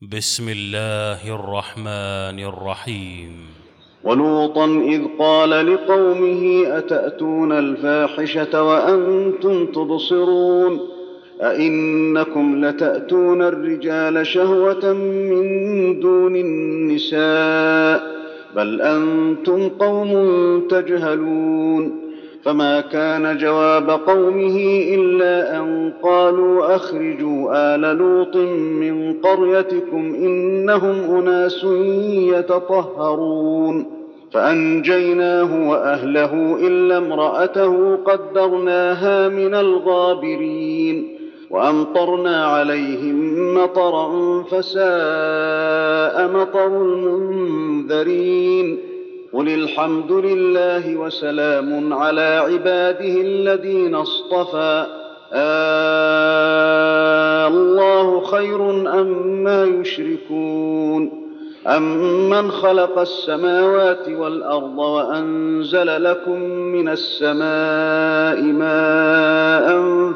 بسم الله الرحمن الرحيم. ولوطا إذ قال لقومه أتأتون الفاحشة وأنتم تبصرون أئنكم لتأتون الرجال شهوة من دون النساء بل أنتم قوم تجهلون فما كان جواب قومه إلا أن قالوا أخرجوا آل لوط من قريتكم إنهم أناس يتطهرون فأنجيناه وأهله إلا امرأته قدرناها من الغابرين وأمطرنا عليهم مطرا فساء مطر المنذرين قل الحمد لله وسلام على عباده الذين اصطفى الله خير أما يشركون أمن خلق السماوات والأرض وأنزل لكم من السماء ماء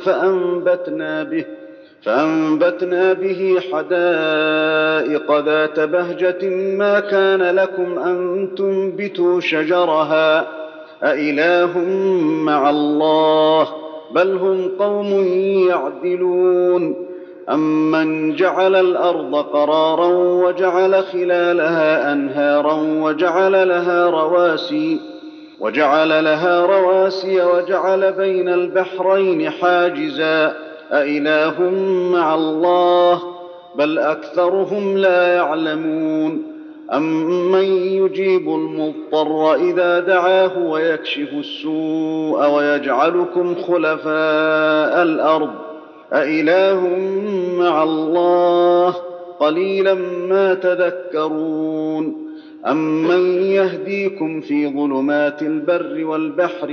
فأنبتنا به حدائق ذات بهجة ما كان لكم أن تنبتوا شجرها أإله مع الله بل هم قوم يعدلون أمن جعل الأرض قرارا وجعل خلالها أنهارا وجعل لها رواسي وجعل بين البحرين حاجزا أإله مع الله بل أكثرهم لا يعلمون أمن يجيب المضطر إذا دعاه ويكشف السوء ويجعلكم خلفاء الأرض أإله مع الله قليلا ما تذكرون أمن يهديكم في ظلمات البر والبحر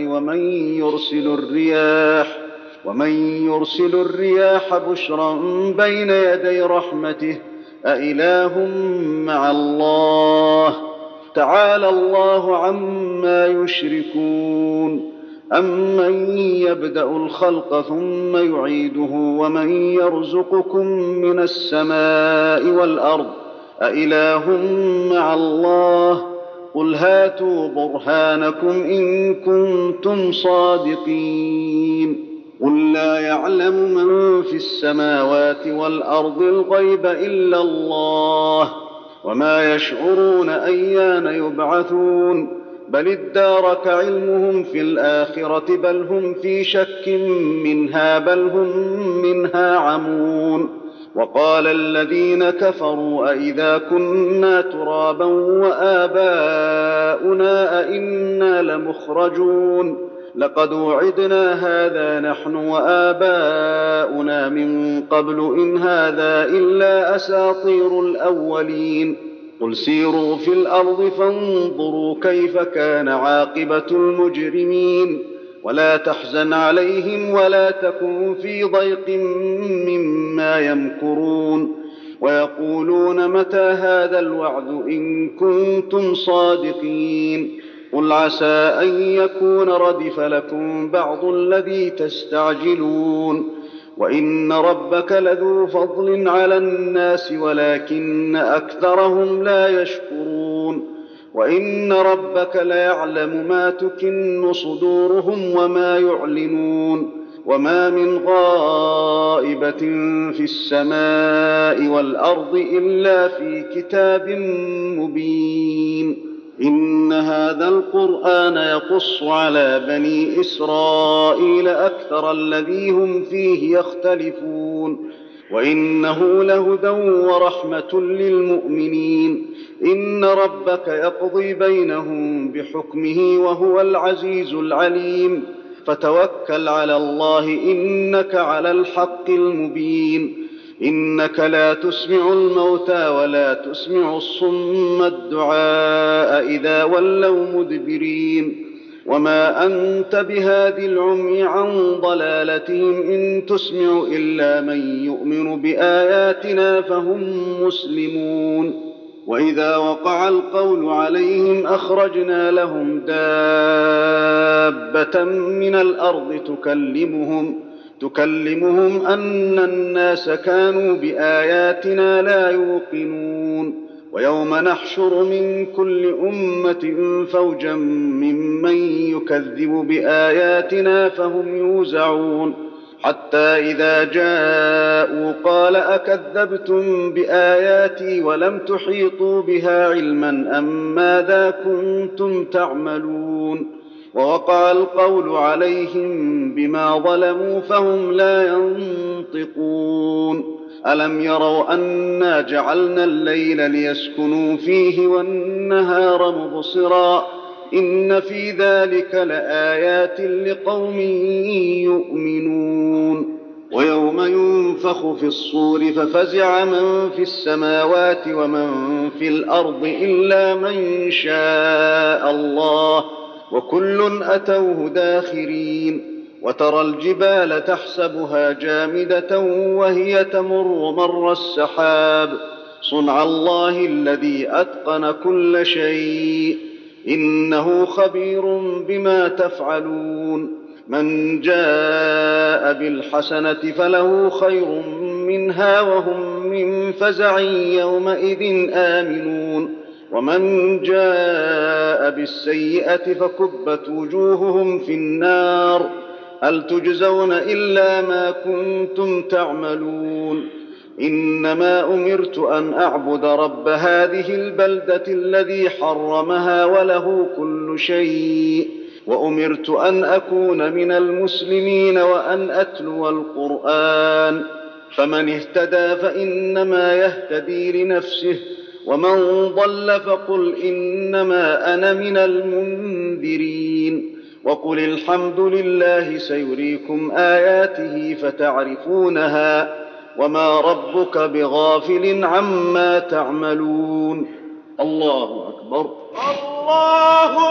ومن يرسل الرياح بشرا بين يدي رحمته أإله مع الله تعالى الله عما يشركون أمن يبدأ الخلق ثم يعيده ومن يرزقكم من السماء والأرض أإله مع الله قل هاتوا برهانكم إن كنتم صادقين قل لا يعلم من في السماوات والأرض الغيب إلا الله وما يشعرون أيان يبعثون بل ادارك علمهم في الآخرة بل هم في شك منها بل هم منها عمون وقال الذين كفروا أئذا كنا ترابا وآباؤنا أئنا لمخرجون لقد وعدنا هذا نحن وآباؤنا من قبل إن هذا إلا أساطير الأولين قل سيروا في الأرض فانظروا كيف كان عاقبة المجرمين ولا تحزن عليهم ولا تكن في ضيق مما يمكرون ويقولون متى هذا الوعد إن كنتم صادقين قل عسى أن يكون ردف لكم بعض الذي تستعجلون وإن ربك لذو فضل على الناس ولكن أكثرهم لا يشكرون وإن ربك ليعلم ما تكن صدورهم وما يعلنون وما من غائبة في السماء والأرض إلا في كتاب مبين إن هذا القرآن يقص على بني إسرائيل أكثر الذي هم فيه يختلفون وإنه لهدى ورحمة للمؤمنين إن ربك يقضي بينهم بحكمه وهو العزيز العليم فتوكل على الله إنك على الحق المبين إنك لا تسمع الموتى ولا تسمع الصم الدعاء إذا ولوا مدبرين وما أنت بهاد العمي عن ضلالتهم إن تسمع إلا من يؤمن بآياتنا فهم مسلمون وإذا وقع القول عليهم أخرجنا لهم دابة من الأرض تكلمهم أن الناس كانوا بآياتنا لا يوقنون ويوم نحشر من كل أمة فوجا ممن يكذب بآياتنا فهم يوزعون حتى إذا جاءوا قال أكذبتم بآياتي ولم تحيطوا بها علما أم ماذا كنتم تعملون ووقع القول عليهم بما ظلموا فهم لا ينطقون ألم يروا أنا جعلنا الليل ليسكنوا فيه والنهار مبصرا إن في ذلك لآيات لقوم يؤمنون ويوم ينفخ في الصور ففزع من في السماوات ومن في الأرض إلا من شاء الله وكل أتوه داخرين وترى الجبال تحسبها جامدة وهي تمر مر السحاب صنع الله الذي أتقن كل شيء إنه خبير بما تفعلون من جاء بالحسنة فله خير منها وهم من فزع يومئذ آمنون ومن جاء بالسيئة فكبت وجوههم في النار هل تجزون إلا ما كنتم تعملون إنما أمرت أن أعبد رب هذه البلدة الذي حرمها وله كل شيء وأمرت أن أكون من المسلمين وأن أتلو القرآن فمن اهتدى فإنما يهتدي لنفسه ومن ضل فقل إنما أنا من المنذرين وقل الحمد لله سيريكم آياته فتعرفونها وما ربك بغافل عما تعملون الله أكبر الله